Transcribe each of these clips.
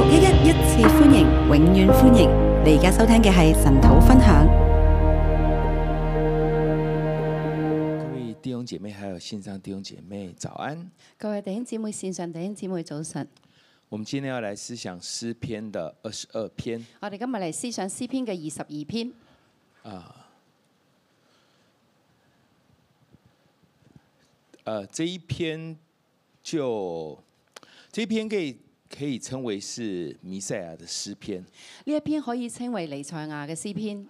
611一次歡迎，永遠歡迎！你而家收聽嘅係神土分享。 各位弟兄姐妹，還有線上弟兄姐妹，早安！ 各位弟兄姊妹，線上弟兄姊妹，早晨。 我們今天要來思想詩篇的22篇。 我哋今日嚟思想詩篇嘅22篇。 這一篇可以稱為是彌賽亞的詩篇。 呢一篇可以稱為彌賽亞嘅詩篇。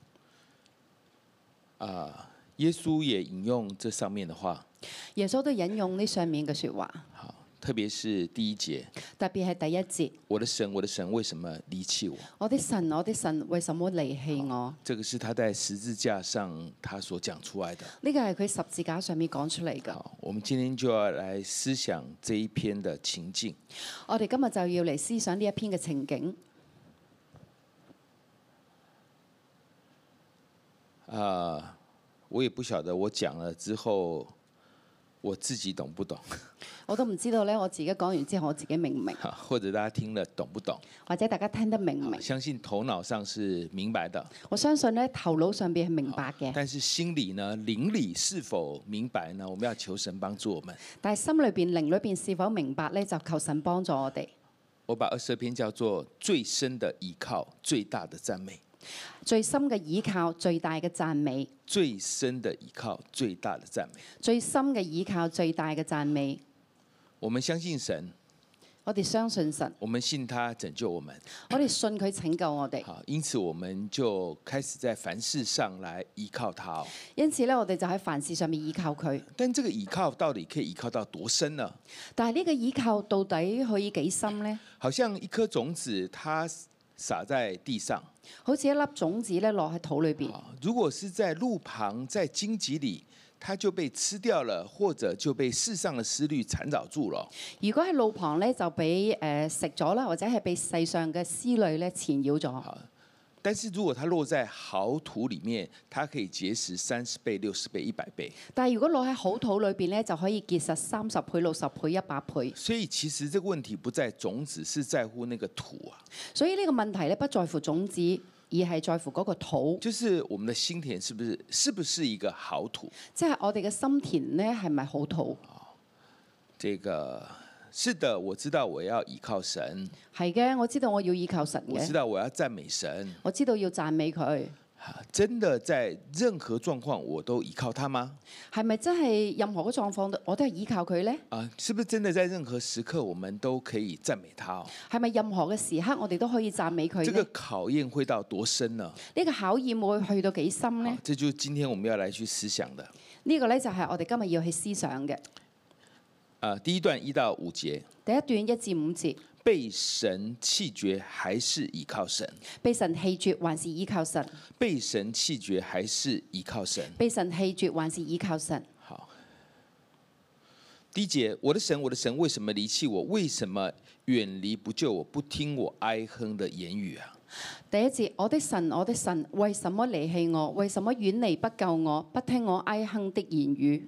耶穌也引用這上面的話。 耶穌都引用呢上面嘅說話。 好，特別是第一節。 特別係第一節。我的神， 我的神，為什麼離棄我？ 我的神，我的神，為什麼離棄我？ 這個是他在十字架上他所講出來的。 呢個係佢十字架上面講出嚟嘅。 我們今天就要來思想這一篇的情境。 我哋今日就要嚟思想呢一篇嘅情景。 我也不曉得我講了之後，我自己懂不懂？ 我都唔知道咧，我自己講完之後，我自己明唔明？ 或者大家聽了懂不懂？ 或者大家聽得明唔明？ 相信頭腦上是明白的。 我相信咧，頭腦上邊係明白嘅。 但是心裡呢，靈裡是否明白呢？我們要求神幫助我們。 但係心裏邊、靈裏邊是否明白咧？就求神幫助我哋。 我把22篇叫做最深的倚靠，最大的讚美。 最深嘅倚靠，最大嘅讚美。 最深的倚靠，最大的讚美。 最深嘅倚靠，最大嘅讚美。 我們相信神， 我哋相信神， 我們信他拯救我們， 我哋信佢拯救我哋。 好，因此我們就開始在凡事上來依靠他。 因此咧，我哋就喺凡事上面依靠佢。 但這個依靠到底可以依靠到多深呢？ 但係呢個依靠到底可以幾深呢？ 好像一顆種子，它撒在地上， 好似一粒種子咧落喺土裏邊。 如果是在路旁，在荊棘裏，它就被吃掉了，或者就被世上的思慮纏繞住了。 如果喺路旁咧，就俾食咗啦，或者係被世上嘅思慮咧纏繞咗。 但是如果它落在好土裡面，它可以結實30倍、60倍、100倍。 但係如果落喺好土裏邊咧，就可以結實30倍、60倍、100倍。 所以其實這個問題不在種子，是在乎那個土啊。 所以呢個問題咧，不在乎種子，而係在乎嗰個土。 就是我們的心田是不是一個好土？ 即係我哋嘅心田咧，係咪好土？ 這個是的，我知道我要倚靠神。 係嘅，我知道我要倚靠神嘅。 我知道我要讚美神。 我知道要讚美佢。 真的在任何狀況我都倚靠他嗎？ 係咪真係任何嘅狀況我都係倚靠佢呢？ 是不是真的在任何時刻我們都可以讚美他？ 係咪任何嘅時刻我哋都可以讚美佢呢？ 這個考驗會到多深呢？ 呢個考驗會去到幾深呢？ 這就是今天我們要來去思想的。 呢個呢，就係我哋今日要去思想嘅。 第一段1到5節。 第一段1至5節。 被神棄絕還是倚靠神？ 被神棄絕還是倚靠神？ 被神棄絕還是倚靠神？ 被神棄絕還是倚靠神？ 好，第一節，我的神，我的神，為什麼離棄我？為什麼遠離不救我？不聽我哀哼的言語啊？ 第一節，我的神，我的神，為什麼離棄我？為什麼遠離不救我？不聽我哀哼的言語？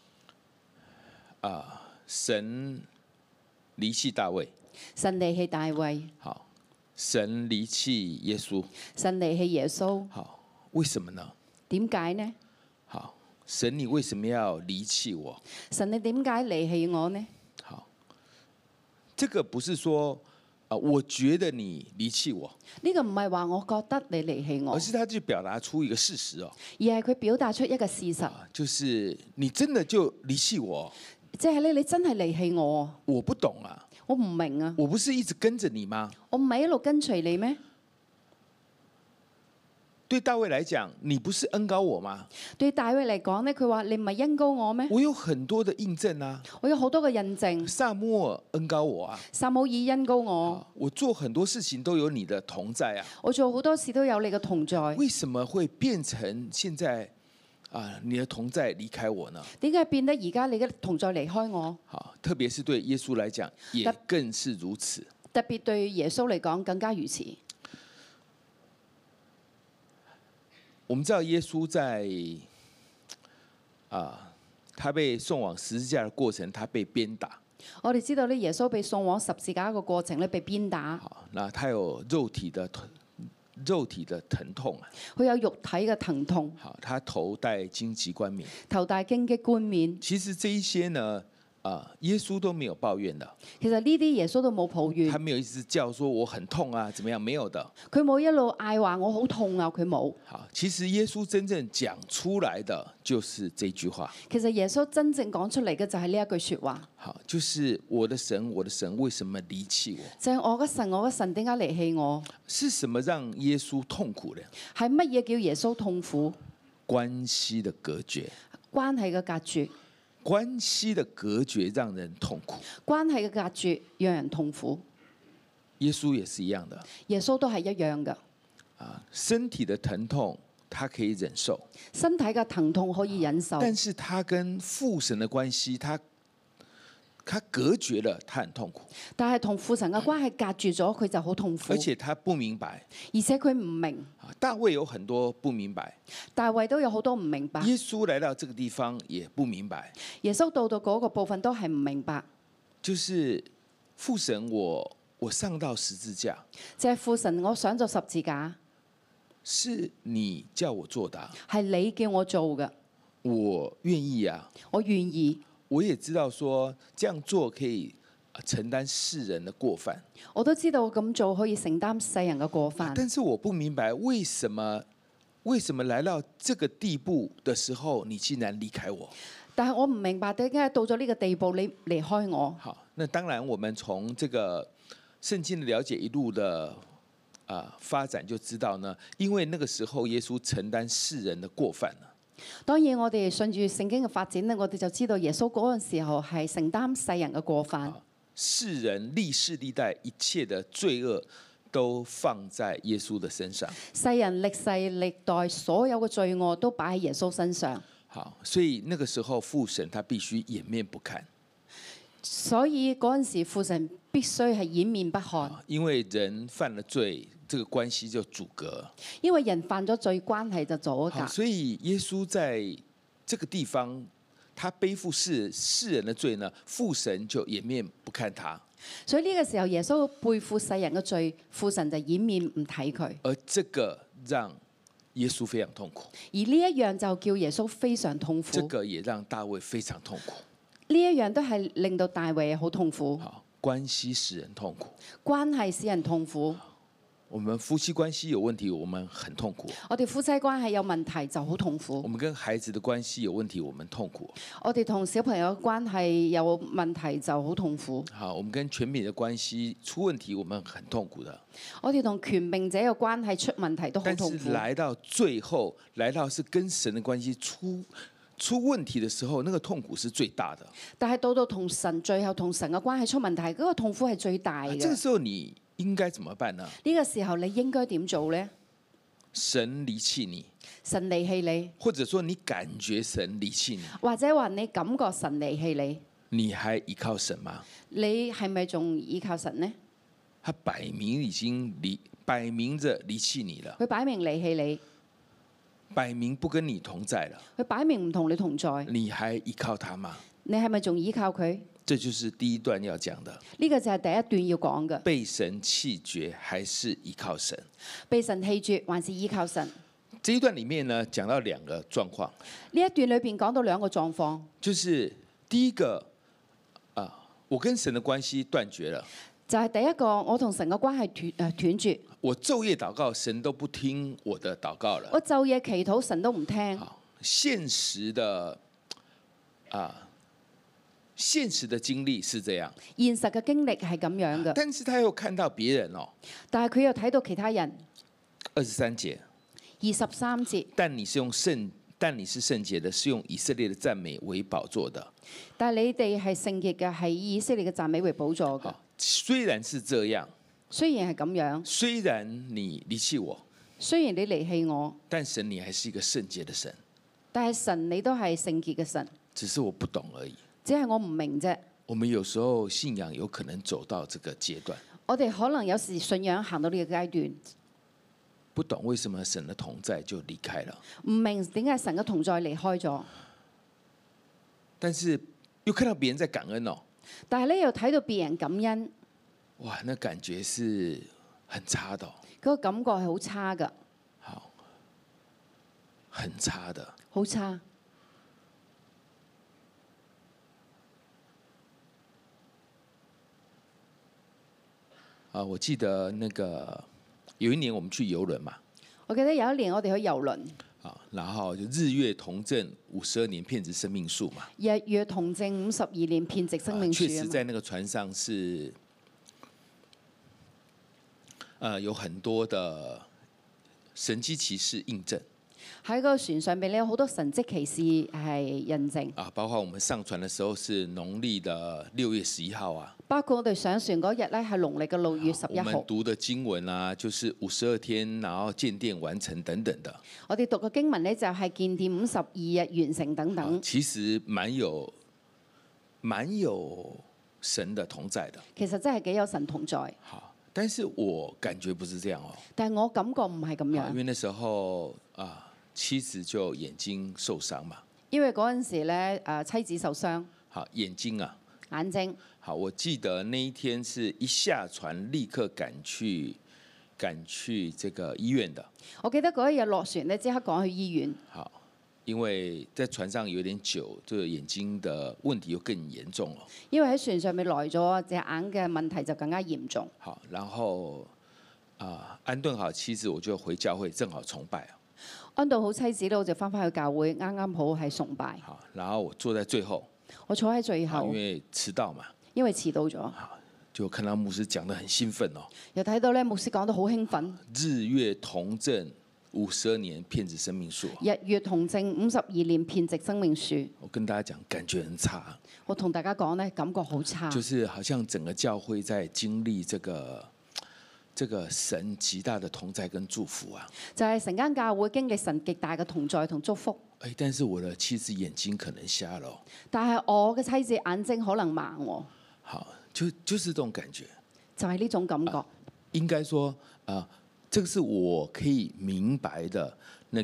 神離棄大衛。 神離棄大衛。 好，神離棄耶穌。 神離棄耶穌。 好，為什麼呢？ 點解呢？ 好，神你為什麼要離棄我？ 神你點解離棄我呢？ 好，這個不是說我覺得你離棄我。 呢個唔係話我覺得你離棄我， 而是他就表達出一個事實哦。 而係佢表達出一個事實， 就是你真的就離棄我。 即係咧，你真係離棄我。 我不懂啊。 我唔明啊！ 我不是一直跟着你嗎？ 我唔係一路跟隨你咩？ 對大衛來講，你不是恩膏我嗎？ 對大衛嚟講呢，佢話你唔係恩膏我咩？ 我有很多的印證啊！ 我有好多嘅印證。 撒母耳恩膏我啊！ 撒母耳恩膏我。 我做很多事情都有你的同在啊！ 我做好多事都有你嘅同在。 為什麼會變成現在你的同在離開我呢？ 點解變得而家你嘅同在離開我？ 好，特別是對耶穌來講，也更是如此。 特別對耶穌嚟講更加如此。 我們知道耶穌在他被送往十字架的過程，他被鞭打。 我哋知道咧，耶穌被送往十字架個過程咧，被鞭打， 好，那他有肉體的疼痛啊。 佢有肉體嘅疼痛， 好，他頭戴荊棘冠冕。 頭戴荊棘冠冕。 其實這一些呢，耶穌都沒有抱怨的， 其實呢啲耶穌都冇抱怨， 他沒有一直叫說我很痛啊，怎麼樣？沒有的。 佢冇一路嗌話我好痛啊，佢冇。 好，其實耶穌真正講出來的就是這句話。 其實耶穌真正講出嚟嘅就係呢一句説話， 好，就是我的神，我的神，為什麼離棄我？ 就係我嘅神，我嘅神點解離棄我？ 是什麼讓耶穌痛苦的？ 係乜嘢叫耶穌痛苦？ 關係的隔絕， 關係嘅隔絕， 關係的隔絕讓人痛苦。 關係嘅隔絕讓人痛苦。 耶穌也是一樣的。 耶穌都係一樣嘅。 身體的疼痛他可以忍受， 身體嘅疼痛可以忍受， 但是他跟父神的關係，他隔絕了，他很痛苦。 但係同父神嘅關係隔絕咗，佢就好痛苦。 而且他不明白， 而且佢唔明。 大衛有很多不明白， 大衛都有好多唔明白。 耶穌來到這個地方也不明白。 耶穌到嗰個部分都係唔明白。 就是父神我上到十字架， 就係父神，我上咗十字架， 是你叫我做的， 係你叫我做嘅， 我願意啊， 我願意。 我也知道說這樣做可以承擔世人的過犯， 我都知道咁做可以承擔世人嘅過犯， 但是我不明白為什麼來到這個地步的時候，你竟然離開我。 但係我唔明白點解到咗呢個地步你離開我。 好，那當然我們從這個聖經的了解一路的發展就知道呢，因為那個時候耶穌承擔世人的過犯了。 當然我哋順住聖經嘅發展呢，我哋就知道耶穌嗰陣時候係承擔世人嘅過犯。 世人歷世歷代一切的罪惡都放在耶穌的身上。 世人歷世歷代所有嘅罪惡都擺喺耶穌身上。 好，所以那個時候父神他必須掩面不看。 所以嗰陣時父神必須係掩面不看。 因為人犯了罪，這個關係就阻隔。 因為人犯咗罪，關係就阻隔。 所以耶穌在這個地方，他背負世人的罪呢，父神就掩面不看他。 所以呢個時候，耶穌背負世人嘅罪，父神就掩面唔睇佢。 而這個讓耶穌非常痛苦。 而呢一樣就叫耶穌非常痛苦。 這個也讓大衛非常痛苦。 呢一樣都係令到大衛好痛苦。 好，關係使人痛苦。 關係使人痛苦。 我們夫妻關係有問題，我們很痛苦。 我哋夫妻關係有問題就好痛苦。 我們跟孩子的關係有問題，我們痛苦。 我哋同小朋友嘅關係有問題就好痛苦。 好，我們跟權柄的關係出問題，我們很痛苦的。 我哋同權柄者嘅關係出問題都好痛苦。 但是來到最後，來到是跟神的關係出問題的時候，那個痛苦是最大的。 但係到同神最後同神嘅關係出問題，嗰個痛苦係最大嘅。 這個時候你應該怎麼辦呢？ 呢個時候你應該點做呢？ 神離棄你， 神離棄你， 或者說你感覺神離棄你， 或者話你感覺神離棄你， 你還依靠神嗎？ 你係咪仲依靠神呢？ 他擺明已經擺明着離棄你了， 佢擺明離棄你， 擺明不跟你同在了， 佢擺明唔同你同在， 你還依靠他嗎？ 你係咪仲依靠佢？ 這就是第一段要講的。 呢個就係第一段要講嘅。 被神棄絕還是依靠神？ 被神棄絕還是依靠神？ 這一段裡面呢，講到兩個狀況。 呢一段裏邊講到兩個狀況， 就是第一個我跟神的關係斷絕了。 就係第一個，我同神嘅關係斷絕。 我晝夜禱告，神都不聽我的禱告了。 我晝夜祈禱，神都唔聽。 現實的經歷是這樣， 現實嘅經歷係咁樣嘅。 但是他又看到別人哦。 但係佢又睇到其他人。 23節。 23節。 但你是聖潔的，是用以色列的讚美為寶座的。 但係你哋係聖潔嘅，係以色列嘅讚美為寶座嘅。 雖然是這樣， 雖然係咁樣， 雖然你離棄我， 雖然你離棄我， 但神你還是一個聖潔的神。 但係神你都係聖潔嘅神， 只是我不懂而已。 只係我唔明啫。 我們有時候信仰有可能走到這個階段， 我哋可能有時信仰行到呢個階段， 不懂為什麼神的同在就離開了， 唔明點解神嘅同在離開咗， 但是又看到別人在感恩哦。 但係咧又睇到別人感恩， 哇，那感覺是很差的、哦， 嗰個感覺係好差噶， 好，很差的。 好差。 啊，我記得那個有一年我們去遊輪嘛， 我記得有一年我哋去遊輪， 啊，然後就日月同正52年遍植生命樹嘛， 日月同正52年遍植生命樹確實在那個船上是，有很多的神蹟奇事印證。 喺個船上邊咧，有好多神蹟奇事係印證。 啊，包括我們上船的時候是農曆的6月11號啊。 包括我哋上船嗰日咧係農曆嘅6月11 我們號。 讀的經文啊，就是52天，然後建殿完成等等的。 我哋讀嘅經文咧就係建殿52日完成等等。 其實蠻有神的同在的。 其實真係幾有神同在。 好，但是我感覺不是這樣哦。 但係我感覺唔係咁樣。 因為那時候妻子就眼睛受傷嘛。 因為嗰陣時咧妻子受傷。 好，眼睛啊。 眼睛。 好，我記得那一天是一下船立刻趕去這個醫院的。 我記得嗰一日落船咧，即刻趕去醫院。 好，因為在船上有點久，這個眼睛的問題又更嚴重了。因為喺船上面來咗，隻眼嘅問題就更加嚴重。 好，然後安頓好妻子，我就回教會，正好崇拜啊。 安頓好妻子咧，我就翻返去教會，啱啱好係崇拜。 好，然後我坐在最後。 我坐喺最後。 因為遲到嘛。 因為遲到咗。 好，就看到牧師講得很興奮哦。 又睇到咧，牧師講得好興奮。 日月同正52年遍植生命樹。 日月同正52年遍植生命樹。 我跟大家講，感覺很差。 我同大家講咧，感覺好差。 就是好像整個教會在經歷這個神極大的同在跟祝福啊。 就係成間教會經歷神極大嘅同在同祝福。 但是我的妻子眼睛可能瞎了。 但係我嘅妻子眼睛可能盲喎。 好，就是這種感覺。 就係呢種感覺。 應該說這個是我可以明白的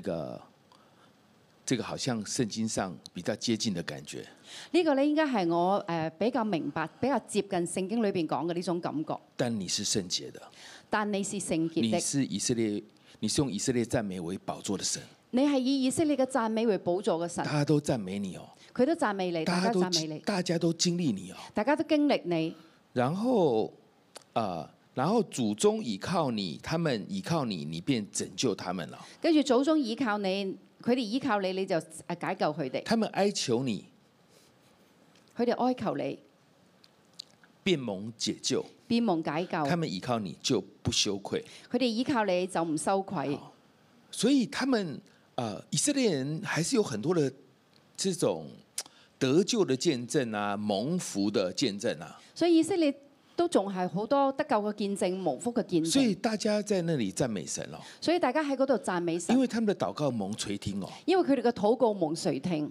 這個好像聖經上比較接近的感覺。 呢個咧應該係我比較明白、比較接近聖經裏邊講嘅呢種感覺。 但你是聖潔的。 但你是聖潔的。 你是以色列，你是用以色列讚美為寶座的神。 你係以以色列嘅讚美為寶座嘅神。 大家都讚美你哦。 佢都讚美你，大家讚美你。 大家都經歷你哦。 大家都經歷你。 然後祖宗倚靠你，他們倚靠你，你便拯救他們了。 跟住祖宗倚靠你，佢哋倚靠你，你就解救佢哋。 他們哀求你， 佢哋哀求你， 便蒙解救， 便蒙解救。 他們倚靠你就不羞愧。 佢哋倚靠你就唔羞愧。 所以他們以色列人還是有很多的這種得救的見證啊，蒙福的見證啊。 所以以色列都仲係好多得救嘅見證、蒙福嘅見證。 所以大家在那裡讚美神咯。 所以大家喺嗰度讚美神。 因為他們的禱告蒙垂聽哦。 因為佢哋嘅禱告蒙垂聽。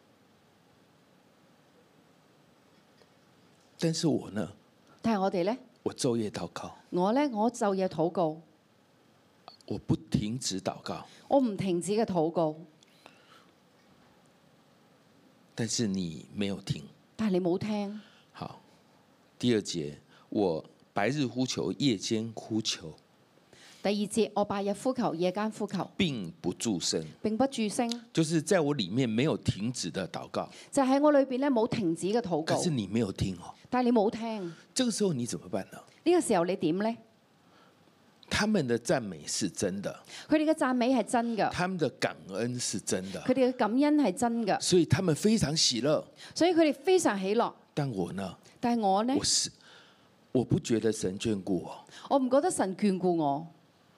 但是我呢？ 但係我哋呢？ 我晝夜禱告。 我呢？我晝夜禱告。 我不停止禱告。 我唔停止嘅禱告。 但是你沒有聽。 但係你冇聽。 好，第二節，我白日呼求，夜間呼求。 第二節，我白日呼求，夜間呼求， 並不住聲。 並不住聲。 就是在我裡面沒有停止的禱告。 就喺我裏邊咧冇停止嘅禱告。 可是你沒有聽哦。 但係你冇聽。 這個時候你怎麼辦呢？ 呢個時候你點呢？ 他們的讚美是真的。 佢哋嘅讚美係真嘅。 他們的感恩是真的。 佢哋嘅感恩係真嘅。 所以他們非常喜樂。 所以佢哋非常喜樂。 但我呢？ 但係我呢？ 我不覺得神眷顧我。 我唔覺得神眷顧我。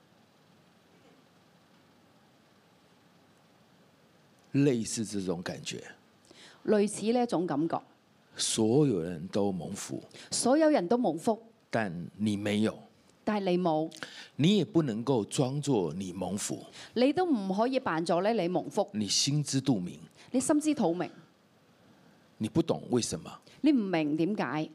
類似這種感覺。 類似呢一種感覺。 所有人都蒙福。 所有人都蒙福。 但你沒有。 但係你冇。 你也不能夠裝作你蒙福。 你都唔可以扮作咧你蒙福。 你心知肚明。 你心知肚明。 你不懂為什麼。 你唔明點解。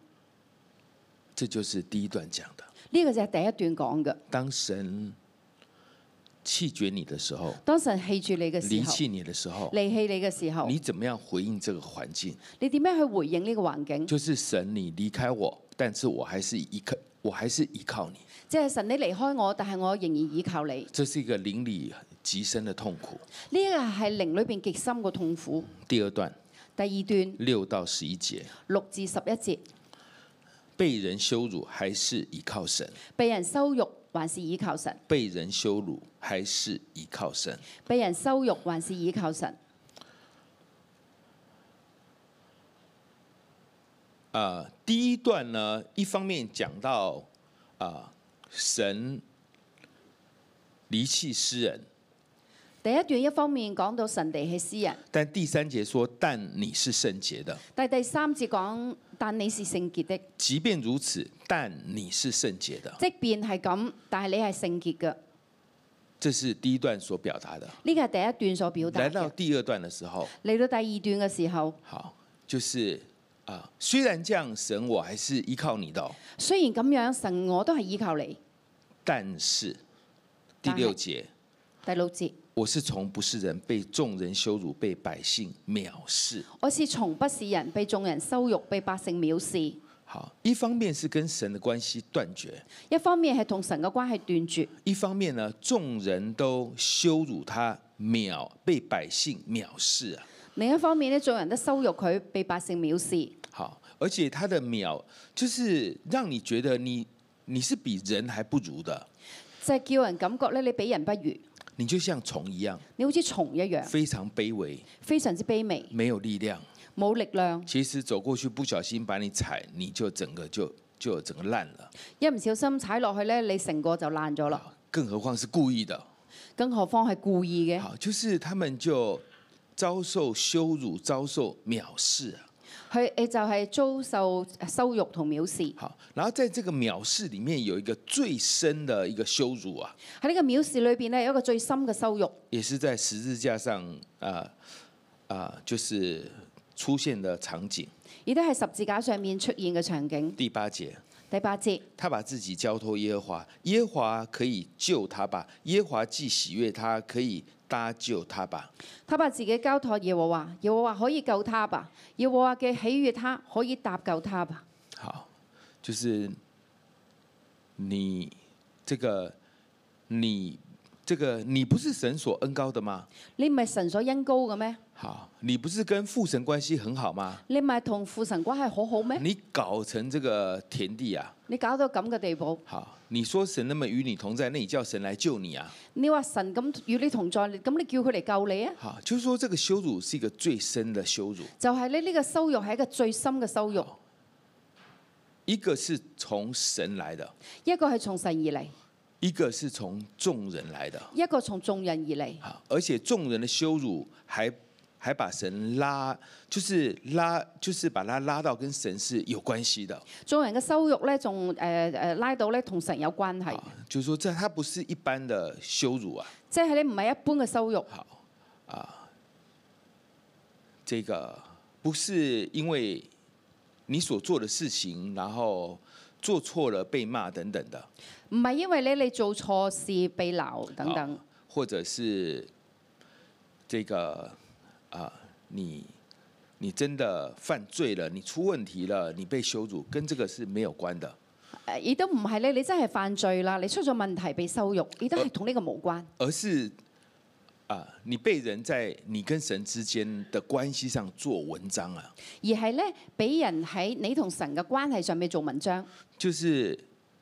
這就是第一段講的。 呢個就係第一段講嘅。 當神棄絕你的時候， 當神棄住你嘅時候， 離棄你的時候， 離棄你嘅時候， 你怎麼樣回應這個環境？ 你點樣去回應呢個環境？ 就是神，你離開我，但是我還是依靠你。 即係神，你離開我，但係我仍然依靠你。 這是一個靈裡極深的痛苦。 呢個係靈裏邊極深嘅痛苦。 第二段， 第二段 6到11節， 6至11節， 被人羞辱還是依靠神？ 被人羞辱還是依靠神？ 被人羞辱還是依靠神？ 被人羞辱還是依靠神？ 第一段呢，一方面講到神離棄詩人， 第一段一方面講到神離棄詩人， 但第3節說，但你是聖潔的。 但第3節講，但你是聖潔的。 即便如此，但你是聖潔的。 即便係咁，但係你係聖潔嘅。 這是第一段所表達的。 呢個係第一段所表達嘅。 來到第二段的時候， 嚟到第二段嘅時候， 好，就是雖然這樣，神我還是依靠你的。 雖然咁樣，神我都係依靠你。 但是第6節， 第6節， 我是從不是人，被眾人羞辱，被百姓藐視。 我是從不是人，被眾人羞辱，被百姓藐視。 好，一方面是跟神的關係斷絕， 一方面係同神嘅關係斷絕， 一方面呢，眾人都羞辱他，被百姓藐視啊。 另一方面呢，眾人都羞辱佢，被百姓藐視。 好，而且他的就是讓你覺得你是比人還不如的， 就係叫人感覺咧，你比人不如， 你就像蟲一樣， 你好似蟲一樣， 非常卑微， 非常之卑微， 沒有力量， 冇力量。 其實走過去不小心把你踩，你就整個爛了。 一唔小心踩落去咧，你成個就爛咗啦。 更何況是故意的， 更何況係故意嘅。 好，就是他們就遭受羞辱，遭受藐視啊。 佢就係遭受羞辱同藐視。 好，然後在這個藐視裡面有一個最深的一個羞辱啊。 喺呢個藐視裏邊咧，有一個最深嘅羞辱， 也是在十字架上就是出現的場景。 亦都係十字架上面出現嘅場景。 第8節， 第8節， 他把自己交託耶和華，耶和華可以救他吧？耶和華既喜悅他，可以搭救他吧？ 他把自己交託耶和華，耶和華可以救他吧？耶和華嘅喜悅他，可以搭救他吧？ 好，就是你不是神所恩膏的嗎？ 你唔係神所恩膏嘅咩？ 好，你不是跟父神關係很好嗎？ 你唔係同父神關係好好咩？ 你搞成這個田地啊！ 你搞到咁嘅地步， 好，你說神那麼與你同在，那你叫神來救你啊？ 你話神咁與你同在，咁你叫佢嚟救你啊？ 好，就是說這個羞辱是一個最深的羞辱。 就係呢個羞辱係一個最深嘅羞辱。 一個是從神來的， 一個係從神而嚟， 一個是從眾人來的， 一個從眾人而嚟。 好，而且眾人的羞辱還把神就是把他拉到跟神是有關係的。 眾人嘅羞辱咧，仲拉到咧同神有關係。 就是說，它不是一般的羞辱啊。 即係你唔係一般嘅羞辱。 好這個不是因為你所做的事情，然後做錯了被罵等等的。 唔係因為你做錯事被鬧等等， 或者是這個你真的犯罪了，你出問題了，你被羞辱，跟這個是沒有關的。 亦都唔係你真係犯罪啦，你出咗問題被羞辱，亦都係同呢個無關。 而是你被人在你跟神之間的關係上做文章啊。 而係咧，俾人喺你同神嘅關係上面做文章。就是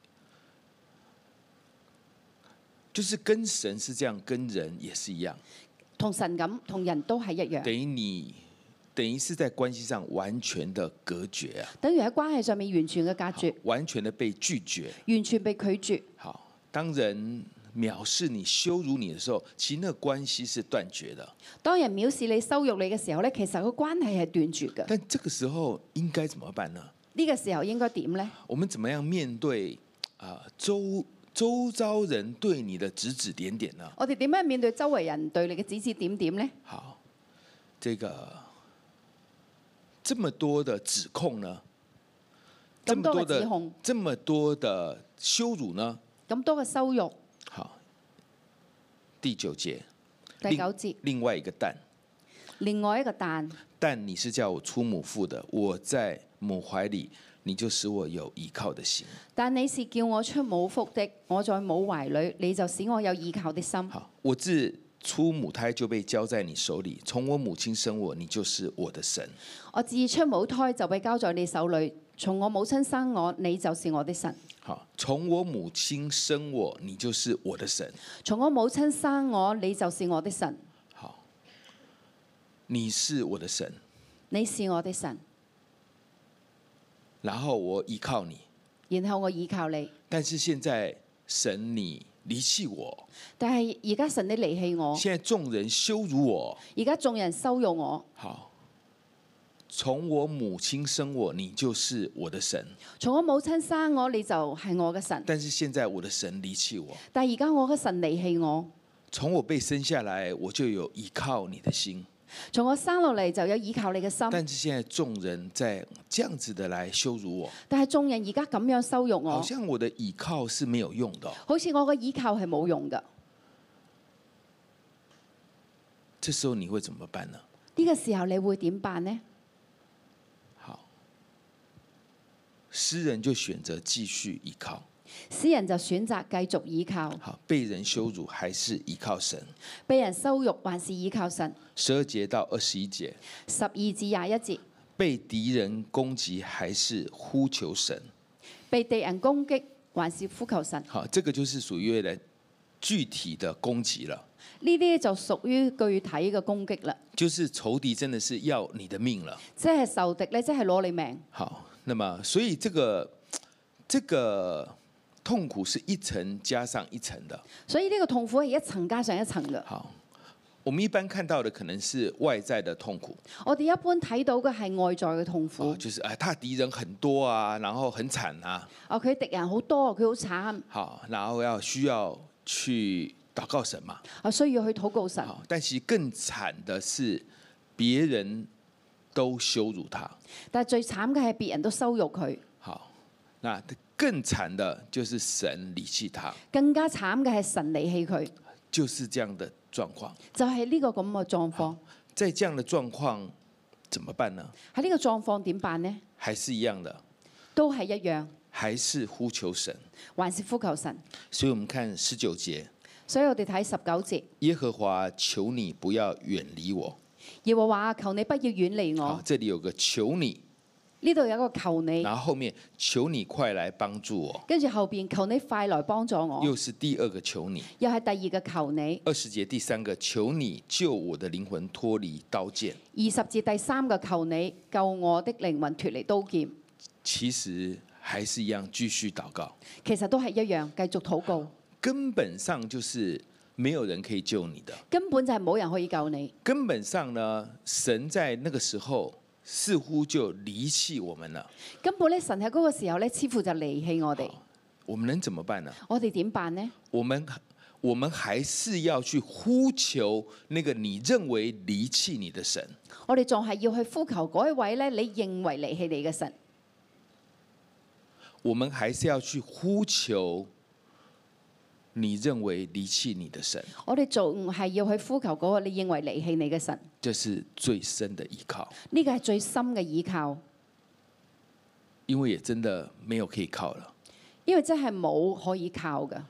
跟神是這樣，跟人也是一樣。 同神咁，同人都係一樣。 等於是在關係上完全的隔絕啊。 等於喺關係上面完全嘅隔絕， 完全的被拒絕， 完全被拒絕。 好，當人藐視你、羞辱你的時候，其實那個關係是斷絕的。當人藐視你、羞辱你嘅時候咧，其實個關係係斷絕嘅。但這個時候應該怎麼辦呢？ 呢個時候應該點呢？ 我們怎麼樣面對周遭人對你的指指點點呢？我哋點樣面對周圍人對你嘅指指點點呢？好，這麼多的指控呢？ 咁多嘅指控， 這麼多的羞辱呢？ 咁多嘅羞辱。 好， 第9節， 第9節， 另外一個但， 另外一個但， 但你是叫我出母腹的，我在母懷裡，你就使我有依靠的心。 但你是叫我出母腹的，我在母懷裡，你就使我有依靠的心。 好，我自出母胎就被交在你手裡，從我母親生我，你就是我的神。 我自出母胎就被交在你手裡，從我母親生我，你就是我的神。 好，從我母親生我，你就是我的神。 從我母親生我，你就是我的神。 好，你是我的神， 你是我的神。 然後我依靠你， 然後我依靠你。 但是現在神你離棄我， 但係而家神你離棄我， 現在眾人羞辱我， 而家眾人羞辱我。 好，從我母親生我，你就是我的神。 從我母親生我，你就係我嘅神。 但是現在我的神離棄我， 但係而家我嘅神離棄我。 從我被生下來，我就有依靠你的心。 從我生落嚟就有依靠你嘅心。 但是現在眾人在這樣子的來羞辱我， 但係眾人而家咁樣羞辱我， 好像我的依靠是沒有用的， 好似我嘅依靠係冇用嘅。 這時候你會怎麼辦呢？ 呢個時候你會點辦呢？ 好，詩人就選擇繼續依靠。 詩人就選擇繼續依靠。 好，被人羞辱還是依靠神？ 被人羞辱還是依靠神 12節到21節。 12至21節。 被敵人攻擊還是呼求神？ 被敵人攻擊還是呼求神？ 好，這個就是屬於具體的攻擊了。 呢啲就屬於具體嘅攻擊啦。 就是仇敵真的是要你的命了。 即係仇敵咧，即係攞你命。 好，那麼所以這個痛苦是一層加上一層的， 所以呢個痛苦係一層加上一層嘅。 好，我們一般看到的可能是外在的痛苦， 我哋一般睇到嘅係外在嘅痛苦， 就是他敵人很多啊，然後很慘啊， 佢敵人好多，佢好慘， 好，然後需要去禱告神嘛， 需要去禱告神。 但其實更慘的是別人都羞辱他， 但係最慘嘅係別人都羞辱佢。 好，那更慘的就是神離棄他， 更加慘嘅係神離棄佢， 就是這樣的狀況。 就係呢個咁嘅狀況。 在這樣的狀況怎麼辦呢？ 喺呢個狀況點辦呢？ 還是一樣的， 都係一樣， 還是呼求神， 還是呼求神。 所以我們看19節， 所以我哋睇19節， 耶和華求你不要遠離我。 耶和華求你不要遠離我。 這裡有個求你。 呢度有一個求你， 然後後面求你快來幫助我， 跟住後邊求你快來幫助我， 又是第二個求你， 又係第二個求你。 20節第三個求你救我的靈魂脫離刀劍 ，20節第三個求你救我的靈魂脫離刀劍。 其實還是一樣繼續禱告， 其實都係一樣繼續禱告。 根本上就是沒有人可以救你的， 根本就係冇人可以救你。 根本上呢，神在那個時候似乎就離棄我們了。 根本咧，神喺嗰個時候咧，似乎就離棄我哋。 我們能怎麼辦呢？ 我哋點辦呢？ 我們還是要去呼求那個你認為離棄你的神。 我哋仲係要去呼求嗰一位咧，你認為離棄你嘅神。 我們還是要去呼求你認為離棄你的神。 我哋仲係要去呼求嗰個你認為離棄你嘅神。 這是最深的依靠。 呢個係最深嘅依靠。 因為也真的沒有可以靠了。 因為真係冇可以靠嘅。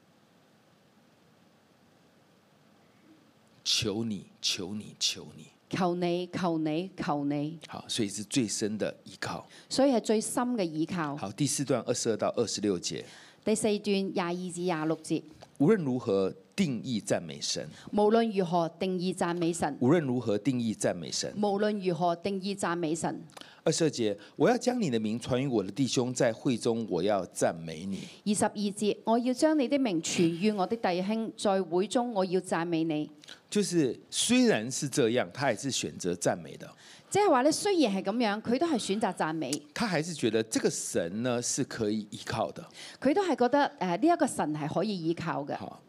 求你，求你，求你。 求你，求你，求你。 好，所以是最深的依靠。 所以係最深嘅依靠。 好，第4段22到26節。 第4段22至26節。 無論如何定義讚美神。 無論如何定義讚美神。 無論如何定義讚美神。 無論如何定義讚美神。 22節，我要將你的名傳於我的弟兄，在會中我要讚美你。 22節，我要將你的名傳於我的弟兄，在會中我要讚美你。 就是雖然是這樣，他還是選擇讚美的。 即係話咧，雖然係咁樣，佢都係選擇讚美。 他還是覺得這個神呢是可以依靠的。 佢都係覺得呢一個神係可以依靠嘅。 好，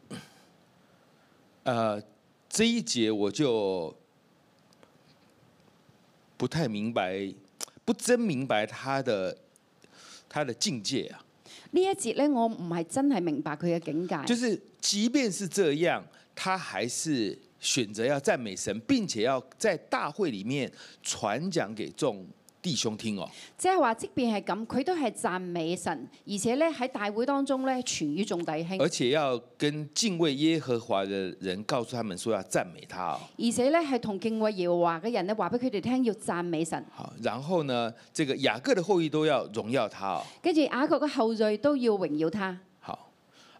這一節我就不太明白，不真明白他的境界啊。 呢一節咧，我唔係真係明白佢嘅境界。 就是即便是這樣，他還是選擇要讚美神，並且要在大會裡面傳講給眾弟兄聽哦。 即係話，即便係咁，佢都係讚美神，而且咧喺大會當中咧傳與眾弟兄。 而且要跟敬畏耶和華嘅人告訴他們說要讚美他哦。 而且咧係同敬畏耶和華嘅人咧話俾佢哋聽要讚美神。 好，然後呢，這個雅各的後裔都要榮耀他哦。 跟住雅各嘅後裔都要榮耀他。 好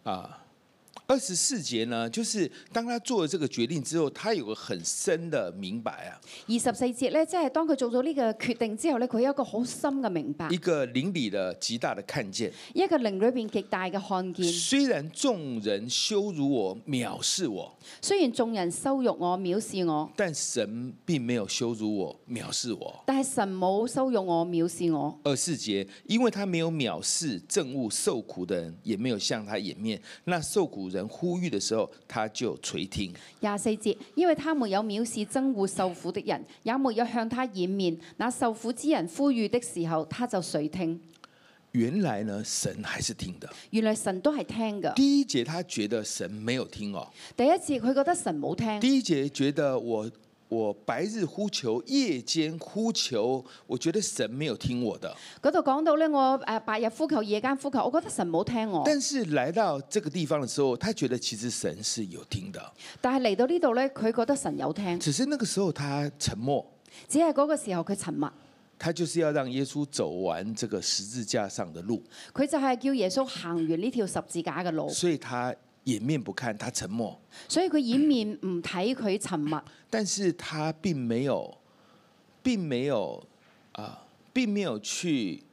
24節呢，就是當他做了這個決定之後，他有個很深的明白啊。 24節咧，即係當佢做咗呢個決定之後咧，佢有一個好深嘅明白， 一個靈裡的極大的看見， 一個靈裏邊極大嘅看見。 雖然眾人羞辱我、藐視我， 雖然眾人羞辱我、藐視我， 但神並沒有羞辱我、藐視我。 但係神冇羞辱我、藐視我。 24節，因為他沒有藐視憎惡受苦的人，也沒有向他掩面，那受苦人呼籲的時候，他就垂聽。 24節，因為他沒有藐視憎惡受苦的人，也沒有向他掩面，那受苦之人呼籲的時候，他就垂聽。 原來呢，神還是聽的。 原來神都係聽嘅。 第一節他覺得神沒有聽哦。 第一節佢覺得神冇聽。 第一節覺得我白日呼求，夜間呼求，我覺得神沒有聽我的。 嗰度講到咧，我白日呼求，夜間呼求，我覺得神冇聽我。 但是來到這個地方的時候，他覺得其實神是有聽的。 但係嚟到呢度咧，佢覺得神有聽。 只是那個時候他沉默。 只係嗰個時候佢沉默。 他就是要讓耶穌走完這個十字架上的路。 佢就係叫耶穌行完呢條十字架嘅路。 所以他掩面不看，他沉默。 所以佢掩面唔睇，佢沉默。 但是他並沒有去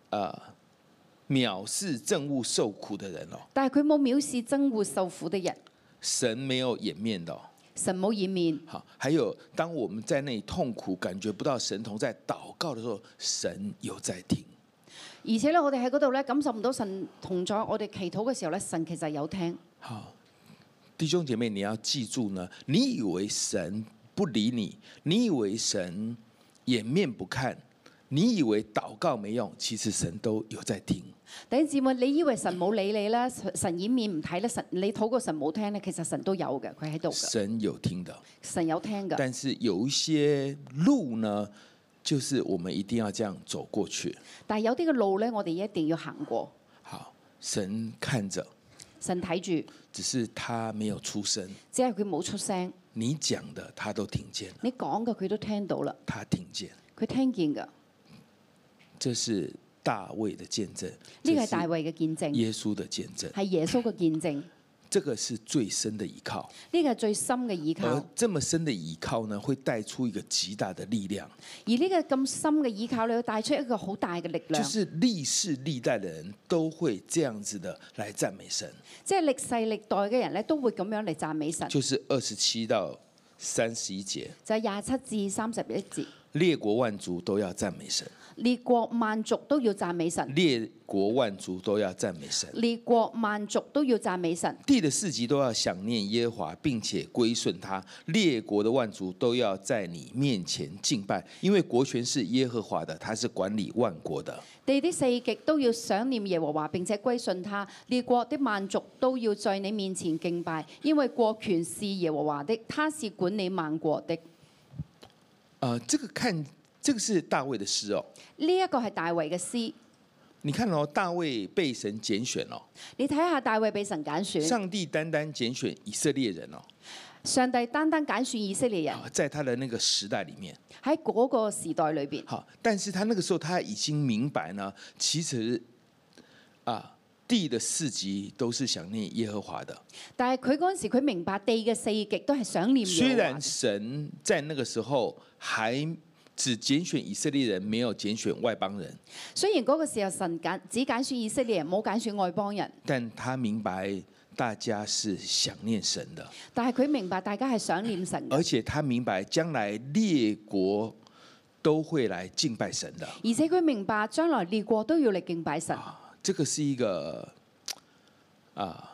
藐視憎惡受苦的人哦。 但係佢冇藐視憎惡受苦的人。 神沒有掩面的。 神冇掩面。 好，還有當我們在那裡痛苦，感覺不到神同在禱告的時候，神有在聽。 而且咧，我哋喺嗰度咧感受唔到神同在，我哋祈禱嘅時候咧，神其實有聽。 好，弟兄姐妹，你要記住呢，你以為神不理你，你以為神掩面不看，你以為禱告沒用，其實神都有在聽。 弟兄姊妹，你以為神冇理你啦，神掩面唔睇咧，神你禱告神冇聽咧，其實神都有嘅，佢喺度嘅。 神有聽的， 神有聽嘅。但是有一些路呢，就是我們一定要這樣走過去。 但係有啲嘅路咧，我哋一定要行過。 好，神看着， 神睇住， 只是他沒有出聲， 只係佢冇出聲。 你講的他都聽見， 你講嘅佢都聽到啦， 他聽見， 佢聽見㗎。 這是大衛的見證， 呢個係大衛嘅見證， 耶穌的見證， 係耶穌嘅見證。 這個是最深的依靠， 呢個係最深嘅依靠。 而這麼深的依靠呢，會帶出一個極大的力量。 而呢個咁深嘅依靠，你會帶出一個好大嘅力量。 就是歷世歷代的人都會這樣子的來讚美神。 即係歷世歷代嘅人咧，都會咁樣嚟讚美神。 就是27到31節， 就係27至31節。 列國萬族都要讚美神。 列國萬族都要讚美神。 列國萬族都要讚美神。 列國萬族都要讚美神。 地的四極都要想念耶和華，並且歸順他。列國的萬族都要在你面前敬拜，因為國權是耶和華的，他是管理萬國的。 地的四極都要想念耶和華，並且歸順他。列國的萬族都要在你面前敬拜，因為國權是耶和華的，他是管理萬國的。 這個是大衛的詩哦。 呢一個係大衛嘅詩。 你看哦，大衛被神揀選哦。 你睇下大衛被神揀選。 上帝單單揀選以色列人哦。 上帝單單揀選以色列人。 在他的那個時代裡面。 喺嗰個時代裏邊。 好，但是他那個時候他已經明白呢，其實地的四極都是想念耶和華的。 但係佢嗰陣時佢明白地嘅四極都係想念耶和華。 雖然神在那個時候還只揀選以色列人，沒有揀選外邦人。 雖然嗰個時候神只揀選以色列人，冇揀選外邦人。 但他明白大家是想念神的。 但係佢明白大家係想念神的。 而且他明白將來列國都會來敬拜神的。 而且佢明白將來列國都要嚟敬拜神。 這個是一個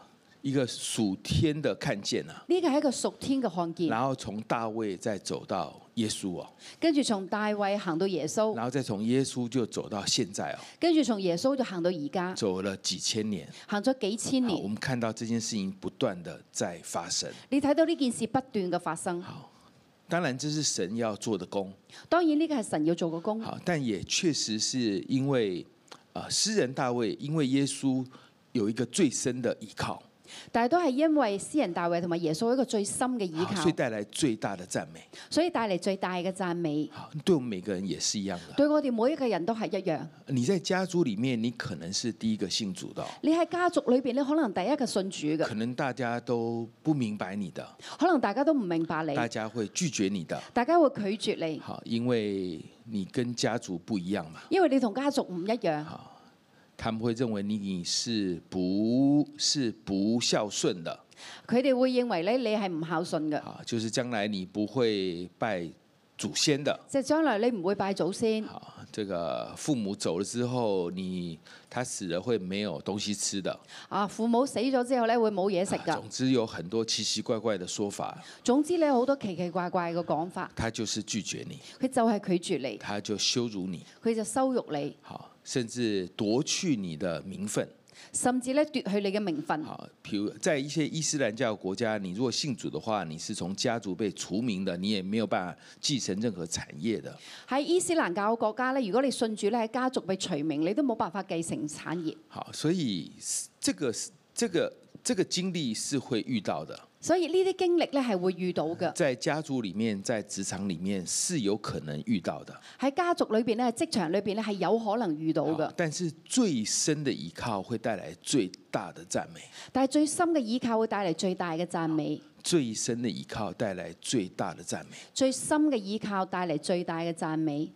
一个属天的看见啊， 呢個係一個屬天嘅看見。 然後從大衛再走到耶穌哦， 跟住從大衛行到耶穌， 然後再從耶穌就走到現在哦， 跟住從耶穌就行到而家， 走了幾千年。 行咗幾千好，我年。 們看到這件事情不斷的在發生。 你睇到呢件事不斷嘅發生。 好，當然這是神要做的工。 當然呢個係神要做嘅工。 好，但也確實是因為詩人大衛因為耶穌有一個最深的依靠。 但係都係因為詩人大衛同埋耶穌一個最深嘅倚靠， 所以帶來最大的讚美。 所以帶嚟最大嘅讚美。 好，對我們每個人也是一樣的。 對我哋每一個人都係一樣。 你在家族裡面，你可能是第一個信主的， 你喺家族裏邊，你可能第一個信主嘅， 可能大家都不明白你的， 可能大家都唔明白你， 大家會拒絕你的， 大家會拒絕你， 好，因為你跟家族不一樣嘛。 因為你同家族唔一樣。 好，他們會認為你是不孝順的。 佢哋會認為咧你係唔孝順嘅， 好，就是將來你不會拜祖先的。 即係將來你唔會拜祖先。 好，這個父母走了之後，他死了會沒有東西吃的。 啊，父母死咗之後咧會冇嘢食㗎。 總之有很多奇奇怪怪的說法。 總之咧好多奇奇怪怪嘅講法。 他就是拒絕你， 佢就係拒絕你， 他就羞辱你， 佢就羞辱你。 好，甚至奪去你的名分。 甚至咧奪去你嘅名分。 好，譬如在一些伊斯蘭教國家，你如果信主的話，你是從家族被除名的，你也沒有辦法繼承任何產業的。 喺伊斯蘭教國家咧，如果你信主咧喺家族被除名，你都冇辦法繼承產業。 好，所以這個經歷是會遇到的。 所以呢啲經歷咧係會遇到嘅。 在家族裡面，在職場裡面是有可能遇到的。 喺家族裏邊咧，職場裏邊咧係有可能遇到嘅。 但是最深的依靠會帶來最大的讚美。 但係最深嘅依靠會帶嚟最大嘅讚美。 最深的依靠帶來最大的讚美。 最深嘅依靠帶嚟最大嘅讚美。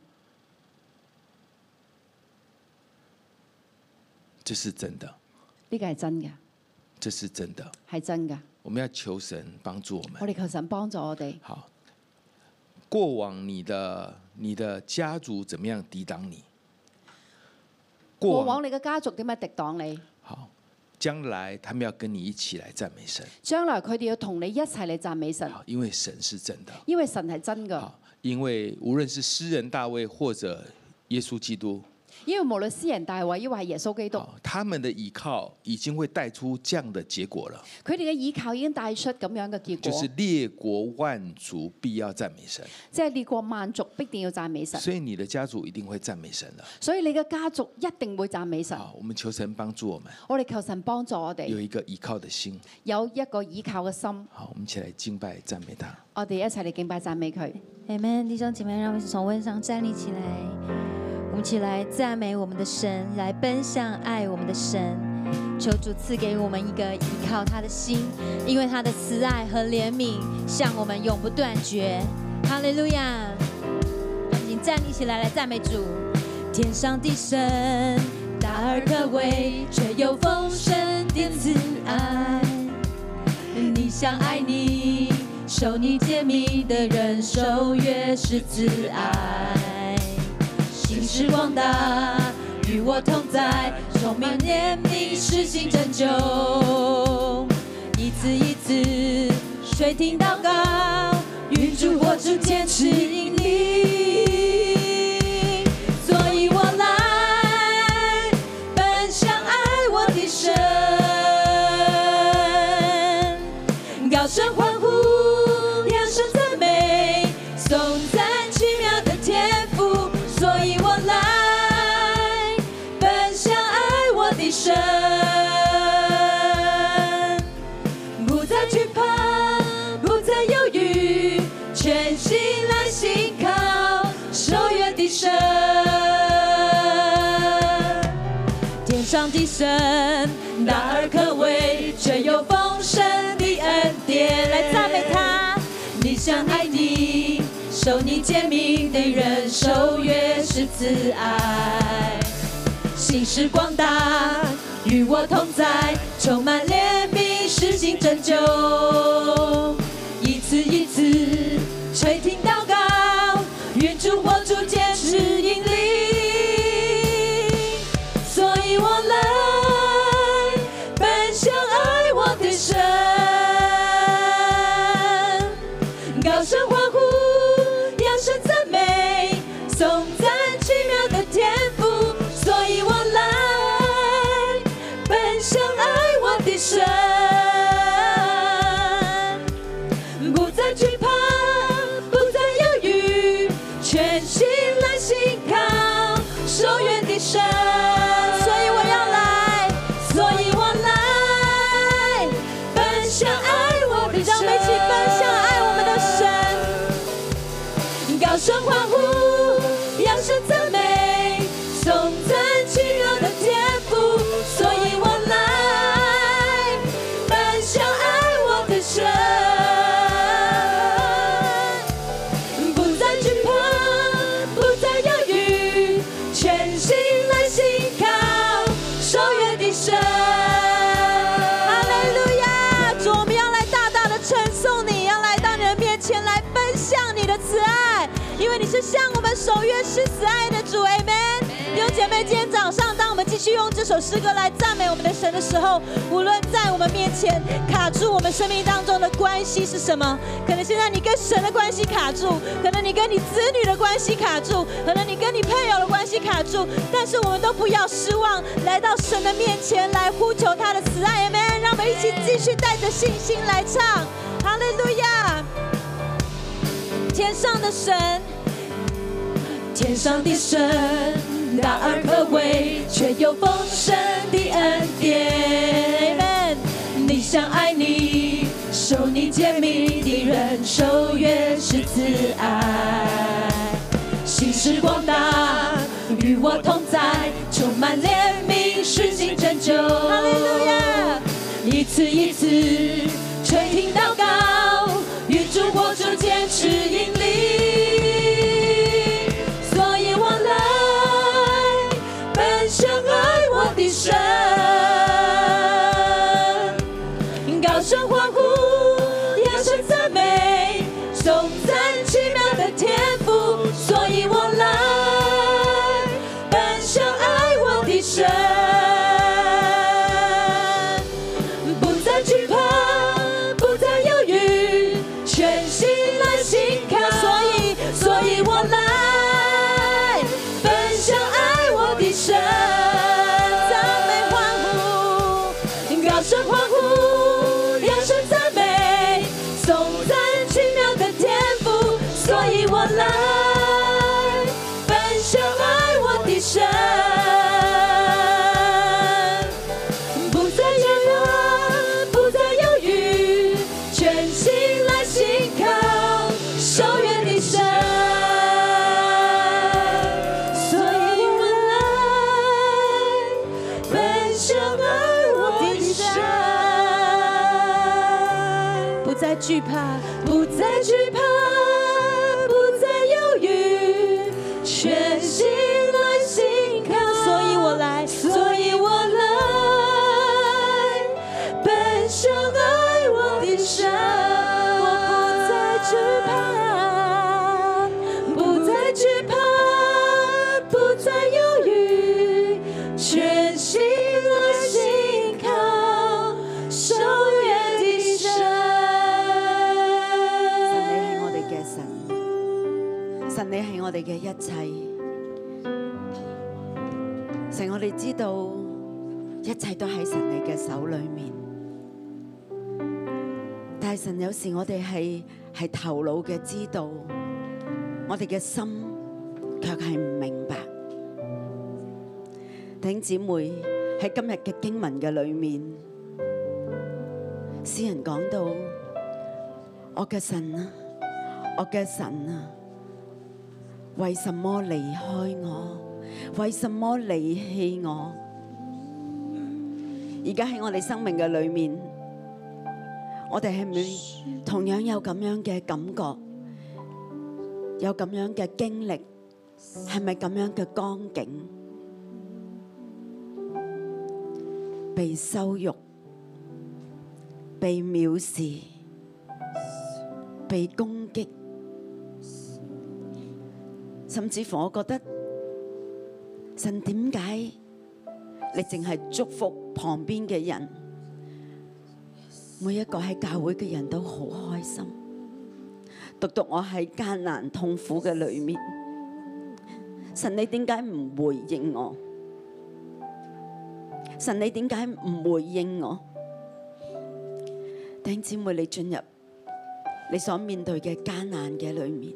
這是真的。 呢個係真嘅。 這是真的。 係真嘅。 我們要求神幫助我們。 我哋求神幫助我哋。 好，過往你的家族怎麼樣抵擋你？ 過往你嘅家族點樣抵擋你？ 好，將來他們要跟你一起來讚美神。 將來佢哋要同你一齊嚟讚美神。 因為神是真的。 因為神係真嘅。 因為無論是詩人大衛或者耶穌基督。 因為無論詩人大衛，抑或係耶穌基督， 他們的依靠已經會帶出這樣的結果了。 佢哋嘅依靠已經帶出咁樣嘅結果， 就是列國萬族必要讚美神。 即係列國萬族必定要讚美神。 所以你的家族一定會讚美神的。 所以你嘅家族一定會讚美神。 好，我們求神幫助我們。 我哋求神幫助我哋， 有一個依靠的心， 有一個依靠嘅心。 好，我們一起來敬拜讚美他。 我哋一齊嚟敬拜讚美佢。 Amen，弟兄姐妹，讓我們從位上站立起來。我們一起來讚美我們的神，來奔向愛我們的神。求主賜給我們一個依靠他的心，因為他的慈愛和憐憫向我們永不斷絕。哈利路亞！我們已經站立起來，來讚美主。天上的神，大而可畏，卻有豐盛的慈愛。你想愛你，受你誡命的人，守約是慈愛。心是廣大，與我同在，充滿憐憫，施行拯救。一次一次垂聽禱告，與主活出堅持引領。所以我來奔向愛我的神，高聲歡呼，揚聲讚美，頌讚奇妙的天賦。所以我來奔向愛我的神，不再懼怕，不再猶豫，全心來信靠守約的神。天上的神，大而可畏，卻有豐盛的恩典。來讚美他，你想愛你，受你誡命的人，守約是慈愛。心是廣大，與我同在，充滿憐憫，施行拯救。一次一次垂聽禱告，願主活出堅持引領。所以我來奔向愛我的神， 是向我们守约施慈爱的主 ，Amen。弟兄姐妹，今天早上，当我们继续用这首诗歌来赞美我们的神的时候，无论在我们面前卡住我们生命当中的关系是什么，可能现在你跟神的关系卡住，可能你跟你子女的关系卡住，可能你跟你配偶的关系卡住，但是我们都不要失望，来到神的面前来呼求他的慈爱 ，Amen。让我们一起继续带着信心来唱，哈利路亚！天上的神，天上的神，大而可畏，却有丰盛的恩典。Amen。你想爱你，受你诫命的人，守约施慈爱，心事广大，与我同在，充满怜悯，施行拯救。哈利路亚！一次一次垂听祷告，与主活出坚持引领，所以我来奔向爱我的神，高声欢呼，扬声赞美，颂赞奇妙的天赋，所以我来奔向爱我的神。我来奔向爱我的神，赞美欢呼，高声欢呼，扬声赞美，颂赞奇妙的天赋，所以我来奔向爱我的神，不再惧怕，不再犹豫，全心来信靠守约的神。惧怕，不再惧怕，不再犹豫，全心来信靠，所以我来，所以我来奔向爱我的神。我不再惧怕，不再惧怕，不再犹豫，全心来信靠守约的神。神，你係我哋嘅一切，神，我哋知道一切都喺神你嘅手裏面，但係神有時我哋係頭腦嘅知道，我哋嘅心卻係唔明白。弟兄姊妹喺今日嘅經文嘅裏面，詩人講到：我嘅神啊，我嘅神啊，為什麼離開我？為什麼離棄我？而家喺我哋生命嘅裏面，我哋係咪同樣有咁樣嘅感覺，有咁樣嘅經歷，係咪咁樣嘅光景？被羞辱、被藐視、被攻擊。甚至乎我覺得神點解你淨係祝福旁邊嘅人，每一個喺教會嘅人都好開心，獨獨我喺艱難痛苦嘅裏面，神你點解唔回應我？神你點解唔回應我？弟兄姊妹，你進入你所面對嘅艱難嘅裏面，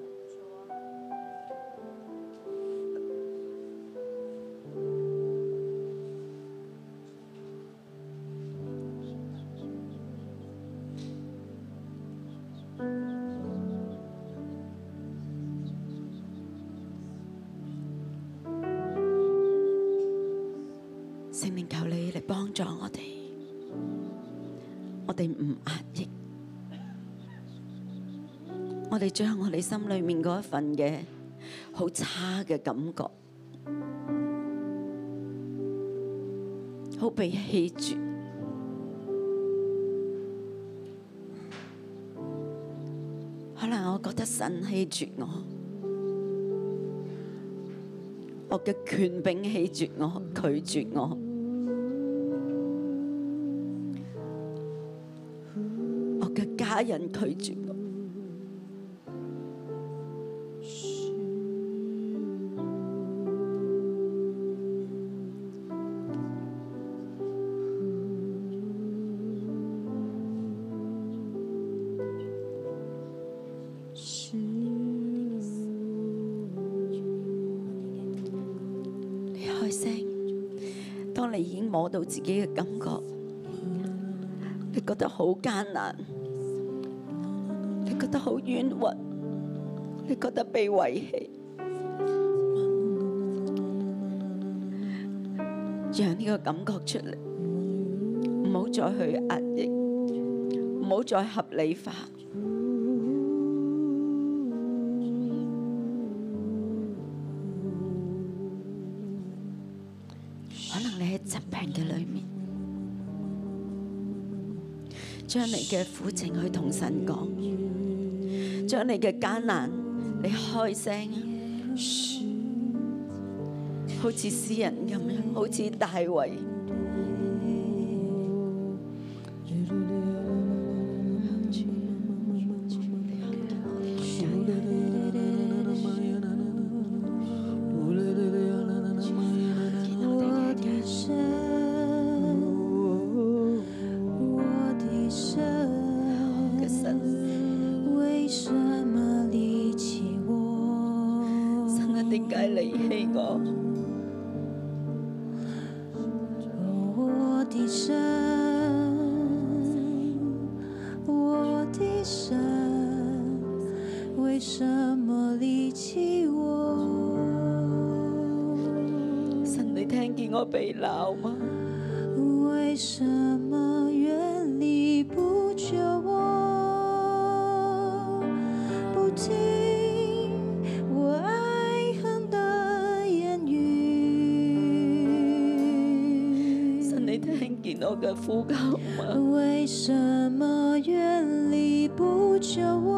聖靈求你嚟幫助我哋，我哋唔壓抑，我哋將我哋心裏面嗰一份嘅好差嘅感覺，好被棄絕，可能我覺得神棄絕我， 我嘅權柄棄絕我，拒絕我。我嘅家人拒絕我。你開聲，當你已經摸到自己嘅感覺，你覺得好艱難，你覺得好冤屈，你覺得被遺棄，讓呢個感覺出嚟，唔好再去壓抑，唔好再合理化。可能你喺疾病嘅裏面，將你嘅苦情去同神講，將你嘅艱難，你開聲啊！好似詩人咁樣，好似大衛。被鬧嗎？ 為什麼遠離不救我？不聽我愛恨的言語。 神，你聽見我嘅呼求嗎？ 為什麼遠離不救我？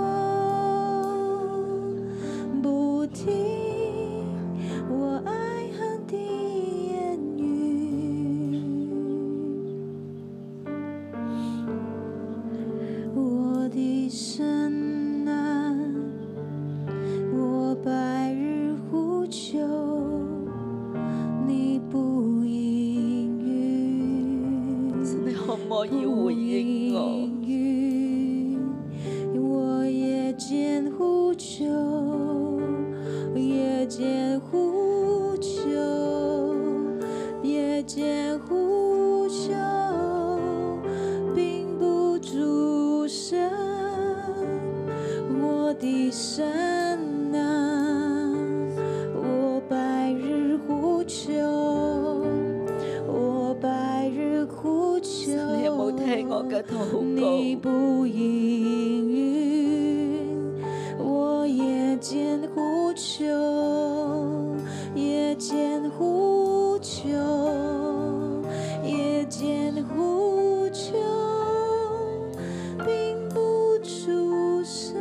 不聽我愛恨的言語。我的神啊，我白日呼求，你不應允。 神，你可唔可以回應我？ 我夜間呼求，夜間呼求，夜間呼求，並不住聲。我的神啊，我白日呼求，我白日呼求。 你有冇聽我嘅禱告？ 你不應允。我夜間呼求，夜間呼求，夜間呼求，並不出聲。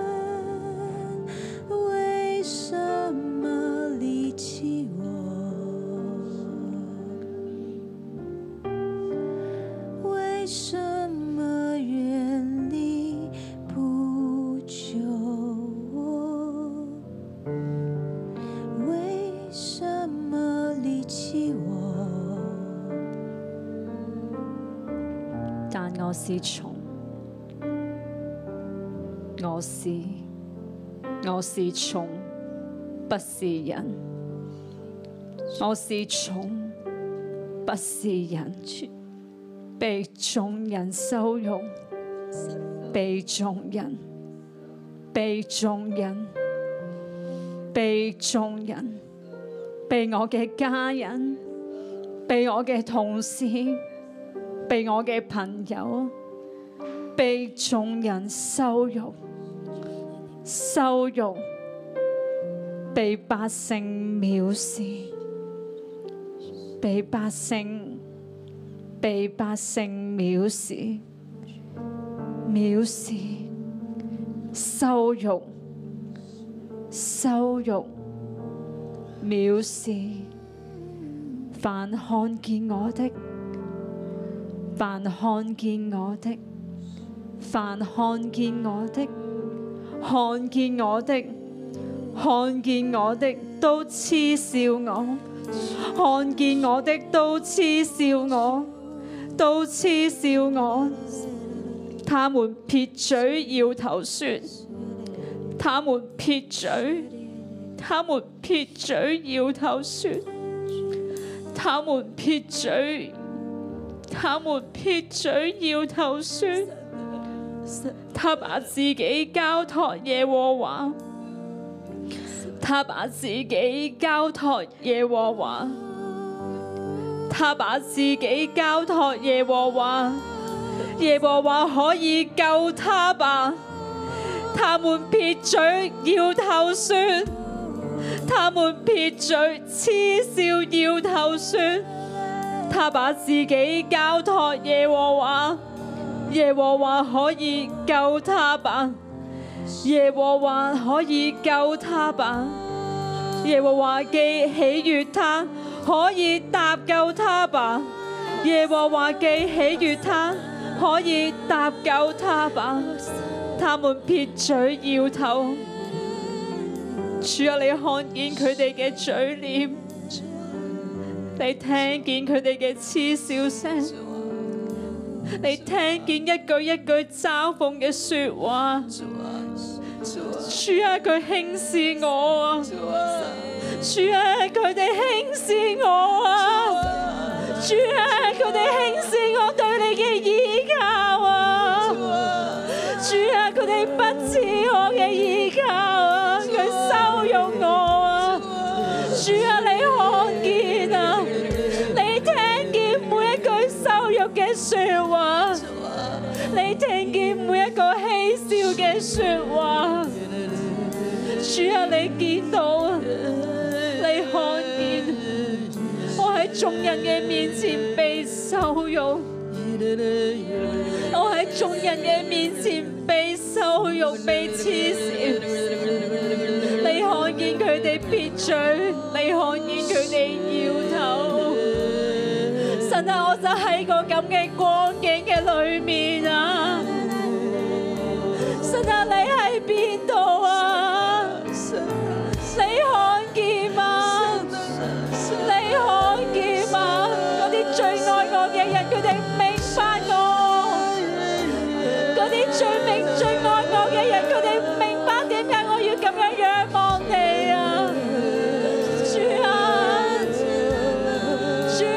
為什麼離棄我？為什麼遠離不救我？為什麼離棄我？但我是蟲，我是蟲，不是人。我是蟲，不是人。被眾人羞辱，被眾人，被眾人，被眾人，被我嘅家人，被我嘅同事，被我嘅朋友，被眾人羞辱，羞辱，被百姓藐視，被百姓藐視，藐視，羞辱，羞辱， 藐視。凡看見我的，凡看見我的，凡看見我的，看見我的，看見我的都嗤笑我，看見我的都嗤笑我，都嗤笑我。他們撇嘴搖頭說，他們撇嘴，他們撇嘴搖頭說，他們撇嘴，他們撇嘴搖頭說，他把自己交託耶和華，他把自己交託耶和華，他把自己交託耶和華，耶和華可以救他吧？他們撇嘴搖頭說，他們撇嘴嗤笑搖頭說，他把自己交託耶和華，耶和華可以救他吧？耶和華可以救他吧？耶和華既喜悅他，可以搭救他吧？耶和華既喜悅他，可以搭救他吧？他們撇嘴搖頭。主啊，你看見佢哋嘅嘴臉，你聽見佢哋嘅嗤笑聲，你聽見一句一句嘲諷嘅說話。主啊，佢輕視我啊！主啊，佢哋輕視我啊！主啊，佢哋輕視我對你嘅依靠啊！主啊，佢哋不似我嘅依靠啊！佢羞辱我啊！主啊，你看見啊！你聽見每一句羞辱嘅說話，你聽見每一個嬉笑嘅說話。主啊，你見到啊！你看見我喺眾人嘅面前被羞辱，我喺眾人嘅面前被羞辱、被嗤笑。你看見佢哋撇嘴，你看見佢哋搖頭。神啊，我就喺個咁嘅光景嘅裏面啊！神啊，你喺邊度啊？你看見嗎？你看見嗎？嗰啲最愛我嘅人，佢哋明白我；嗰啲最愛我嘅人，佢哋明白點解我要咁樣仰望你啊！主啊，主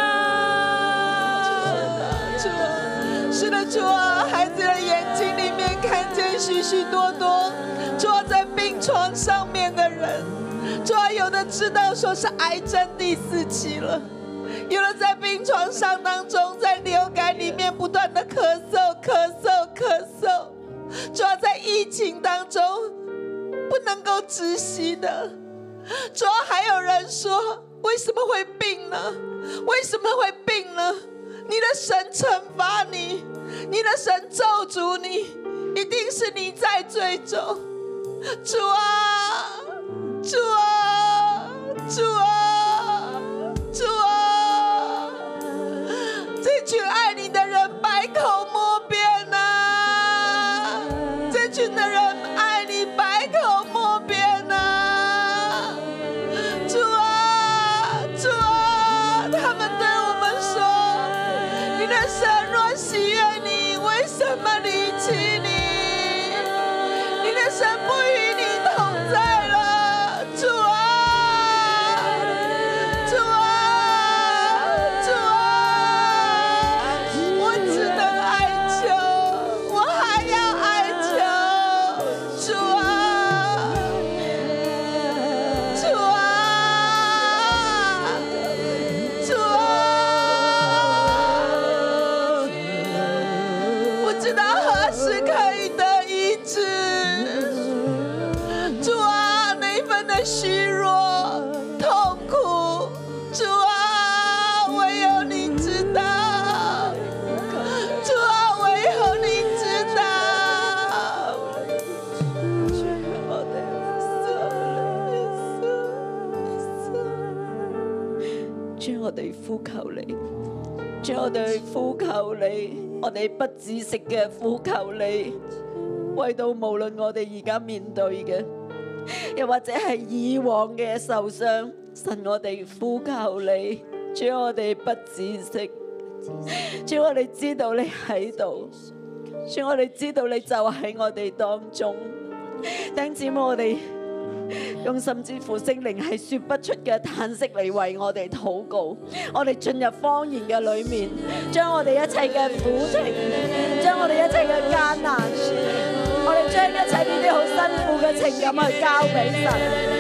啊， 是的，主啊，孩子的眼睛裡面看見許許多多坐在病床上面的人，主啊，有的知道說是癌症第4期了，有的在病床上當中，在流感裡面不斷的咳嗽，主啊，在疫情當中不能夠止息的，主啊，還有人說為什麼會病呢？為什麼會病呢？你的神懲罰你，你的神咒詛你，一定是你在最終。主啊，主啊，主啊，主啊！這群愛你的人百口莫辯啊！這群的人愛你百口莫辯啊！主啊，主啊！他們對我們說：你的神若喜悅你，為什麼離棄你？你的神不與你同在了，主啊，主啊，主啊！我只能哀求，我還要哀求，主啊，主啊，主啊！不知道何時可以得醫治。主啊，那一份的虛弱、痛苦，主啊，唯有你知道。主啊，唯有你知道。主呼求你，主我哋呼求你，我哋不止息嘅呼求你，為到無論我哋而家面對嘅，又或者係以往嘅受傷，神我哋呼求你，主我哋不止息，主我哋知道你喺度，主我哋知道你就喺我哋當中，弟兄姊妹我哋用甚至乎聖靈係說不出嘅嘆息嚟為我哋禱告，我哋進入方言嘅裏面，將我哋一切嘅苦情，將我哋一切嘅艱難，我哋將一切呢啲好辛苦嘅情感去交俾神。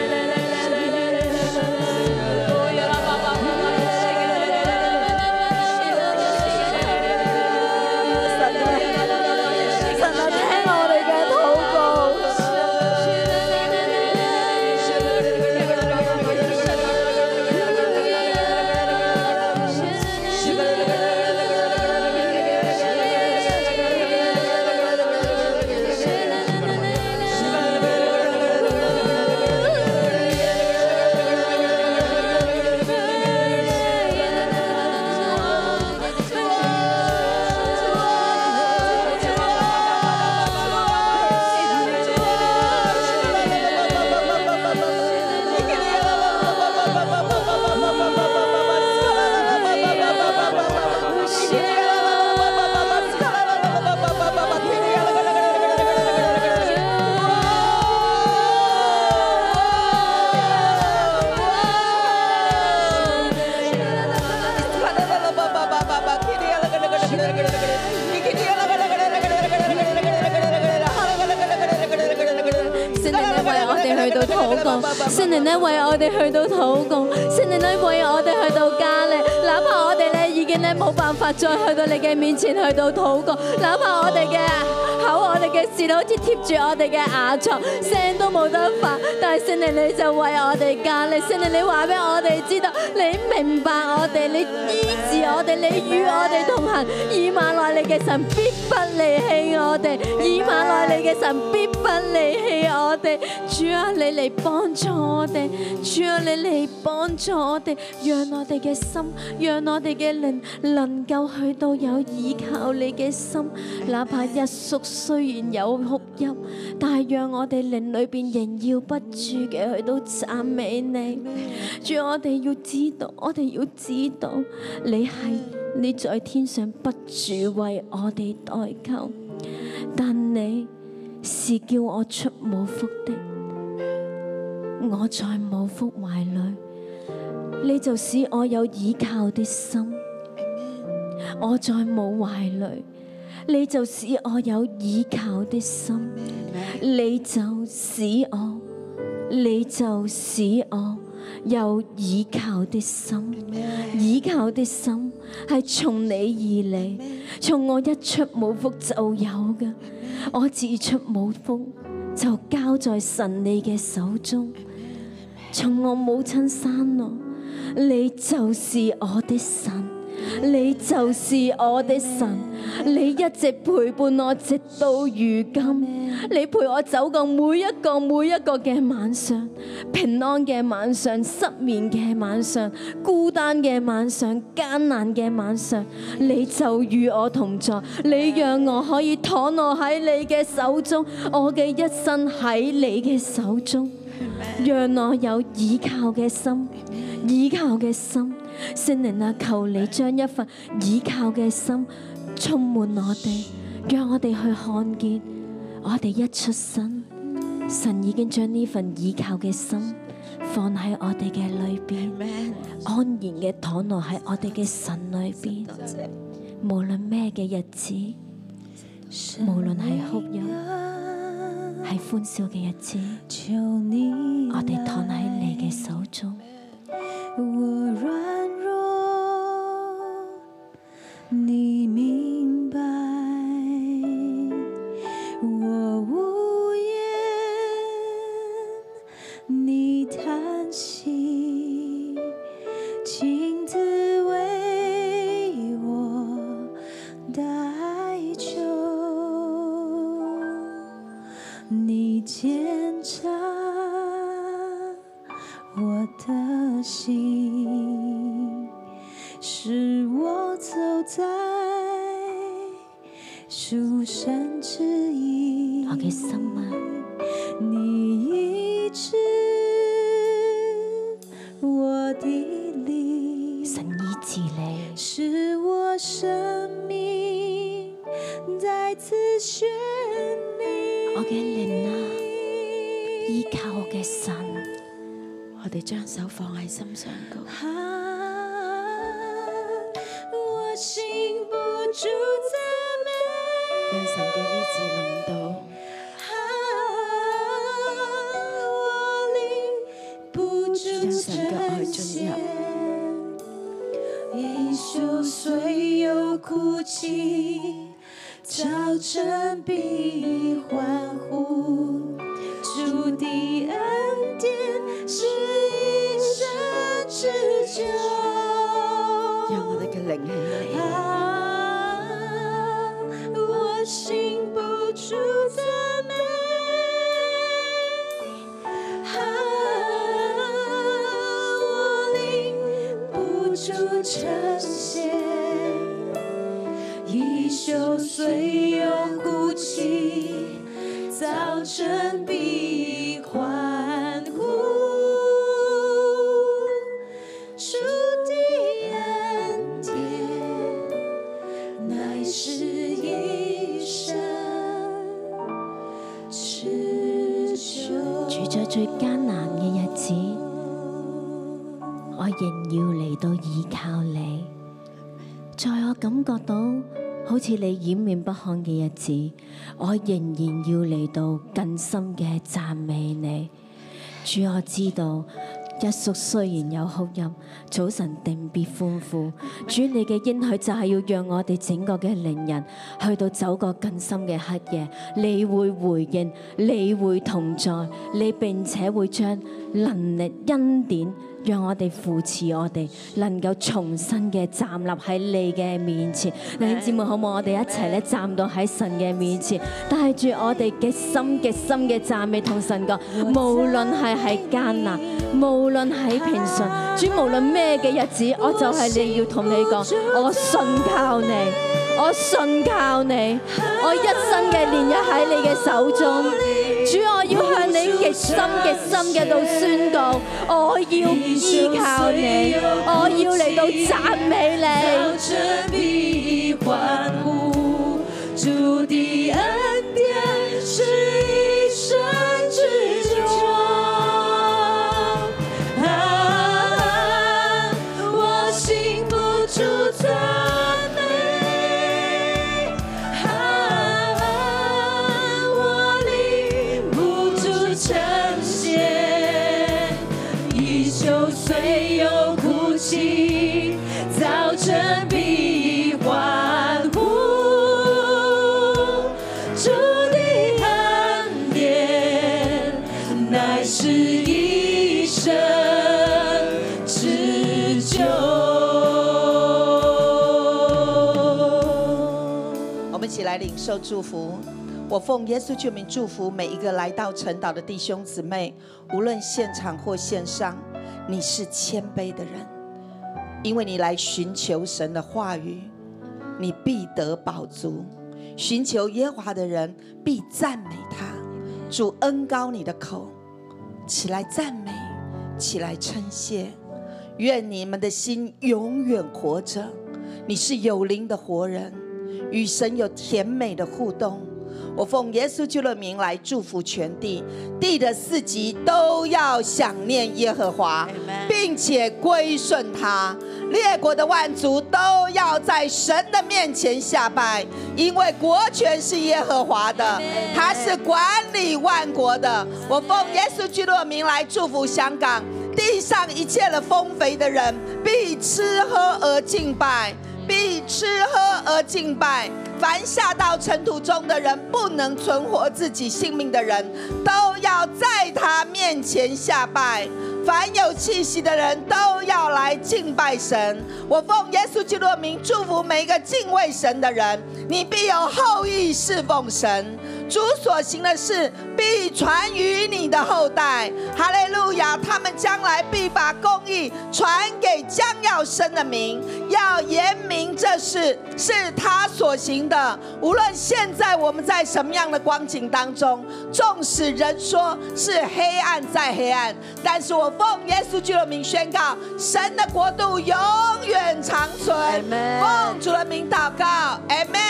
聖靈咧為我哋去到禱告，聖靈咧為我哋去到加力，哪怕我哋咧已經咧冇辦法再去到你嘅面前去到禱告，哪怕我哋嘅口、我哋嘅舌好似貼住我哋嘅牙床，聲都冇得發，但係聖靈你就為我哋加力，聖靈你話俾我哋知道，你明白我哋，你醫治我哋，你與我哋同行，以馬內利嘅神必不離棄我哋，以馬內利嘅神必不離棄我哋。主啊，你嚟幫助我哋，主啊，你嚟幫助我哋，讓我哋嘅心，讓我哋嘅靈能夠去到有依靠你嘅心，哪怕一宿雖然有哭泣，但係讓我哋靈裏邊仍要不住嘅去到讚美你。主，我哋要知道，我哋要知道，你在天上不住為我哋代求，但你是叫我出母腹的，我在母腹懷裏，你就使我有倚靠的心；我在母懷裏，你就使我有倚靠的心；你就使我有倚靠的心。倚靠的心係從你而嚟，從我一出母腹就有嘅。我自出母腹就交在神你嘅手中，從我母親生落，你就是我的神，你就是我的神，你一直陪伴我直到如今，你陪我走過每一個嘅晚上，平安嘅晚上，失眠嘅晚上，孤單嘅晚上，艱難嘅晚上，你就與我同在，你讓我可以躺臥喺你嘅手中，我嘅一生喺你嘅手中，讓我有倚靠嘅心，倚靠嘅心。聖靈啊，求你將一份倚靠嘅心充滿我哋，讓我哋去看見，我哋一出生，神已經將呢份倚靠嘅心放喺我哋嘅裏邊，安然嘅躺臥喺我哋嘅神裏邊。無論咩嘅日子，無論係哭泣，係歡笑嘅日子，我哋躺喺你嘅手中。 我軟弱，你明白；我無言，你嘆息，親自為我代求，你檢查我的心， 使我走在舒适之意。 我嘅心啊， 你医治我的灵， 神醫治你， 使我生命再次绚丽。 我嘅靈啊，依靠我嘅神。 我哋將手放喺心上高， 我心不住赞美， 讓神嘅醫治臨到。 我靈不住呈現，一宿雖有哭泣，早晨必歡呼。主的恩典是一生之久。 讓我哋嘅靈起嚟， 我心不住讚美，我靈不住呈現，一宿雖有哭泣，早晨必歡呼。主的恩典乃是一生持久。 住在最艱難嘅日子，我仍要嚟到依靠你。在我感覺到好似你掩面不看嘅日子，我仍然要嚟到更深嘅讚美你。主，我知道一宿雖然有哭泣，早晨定必歡呼。主，你嘅應許就係要讓我哋整個嘅靈人去到走過更深嘅黑夜，你會回應，你會同在，你並且會將能力恩典讓我哋扶持我哋，能夠重新嘅站立喺你嘅面前。弟兄姊妹，好唔好？我哋一齊咧站到喺神嘅面前，帶住我哋嘅心嘅讚美，同神講：無論係喺艱難，無論喺平順，主無論咩嘅日子，我就係你要同你講，我信靠你，我信靠你，我一生嘅年日喺你嘅手中。主，我要向你極深嘅度宣告，我要依靠你，我要嚟到讚美你。 早晨必歡呼，主的恩典是一生之久。我心不住讚美，我靈不住呈現，一宿雖有哭泣，早晨必歡呼。主的恩典乃是一生持久。 我们一起来领受祝福。我奉耶稣救名祝福每一个来到晨祷的弟兄姊妹，无论现场或线上，你是谦卑的人，因为你来寻求神的话语，你必得饱足。寻求耶和华的人必赞美他。主恩膏你的口，起来赞美，起来称谢。愿你们的心永远活着。你是有灵的活人，与神有甜美的互动。我奉耶稣基督的名来祝福全地，地的四极都要想念耶和华，并且归顺他。列国的万族都要在神的面前下拜，因为国权是耶和华的，他是管理万国的。我奉耶稣基督的名来祝福香港，地上一切的丰肥的人必吃喝而敬拜，必吃喝而敬拜。凡下到尘土中的人，不能存活自己性命的人，都要在他面前下拜。凡有气息的人都要来敬拜神。我奉耶稣基督的名祝福每一个敬畏神的人，你必有后裔侍奉神。主所行的事必传于你的后代。哈利路亚！他们将来必把公义传给将要生的民， 要言明这事是他所行的。无论现在我们在什么样的光景当中，纵使人说是黑暗在黑暗，但是我奉耶稣基督的名宣告，神的国度永远长存。奉主的名祷告，阿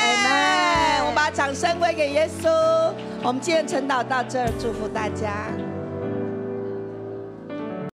们。我们把掌声归给耶稣。我们今天晨祷到这儿，祝福大家。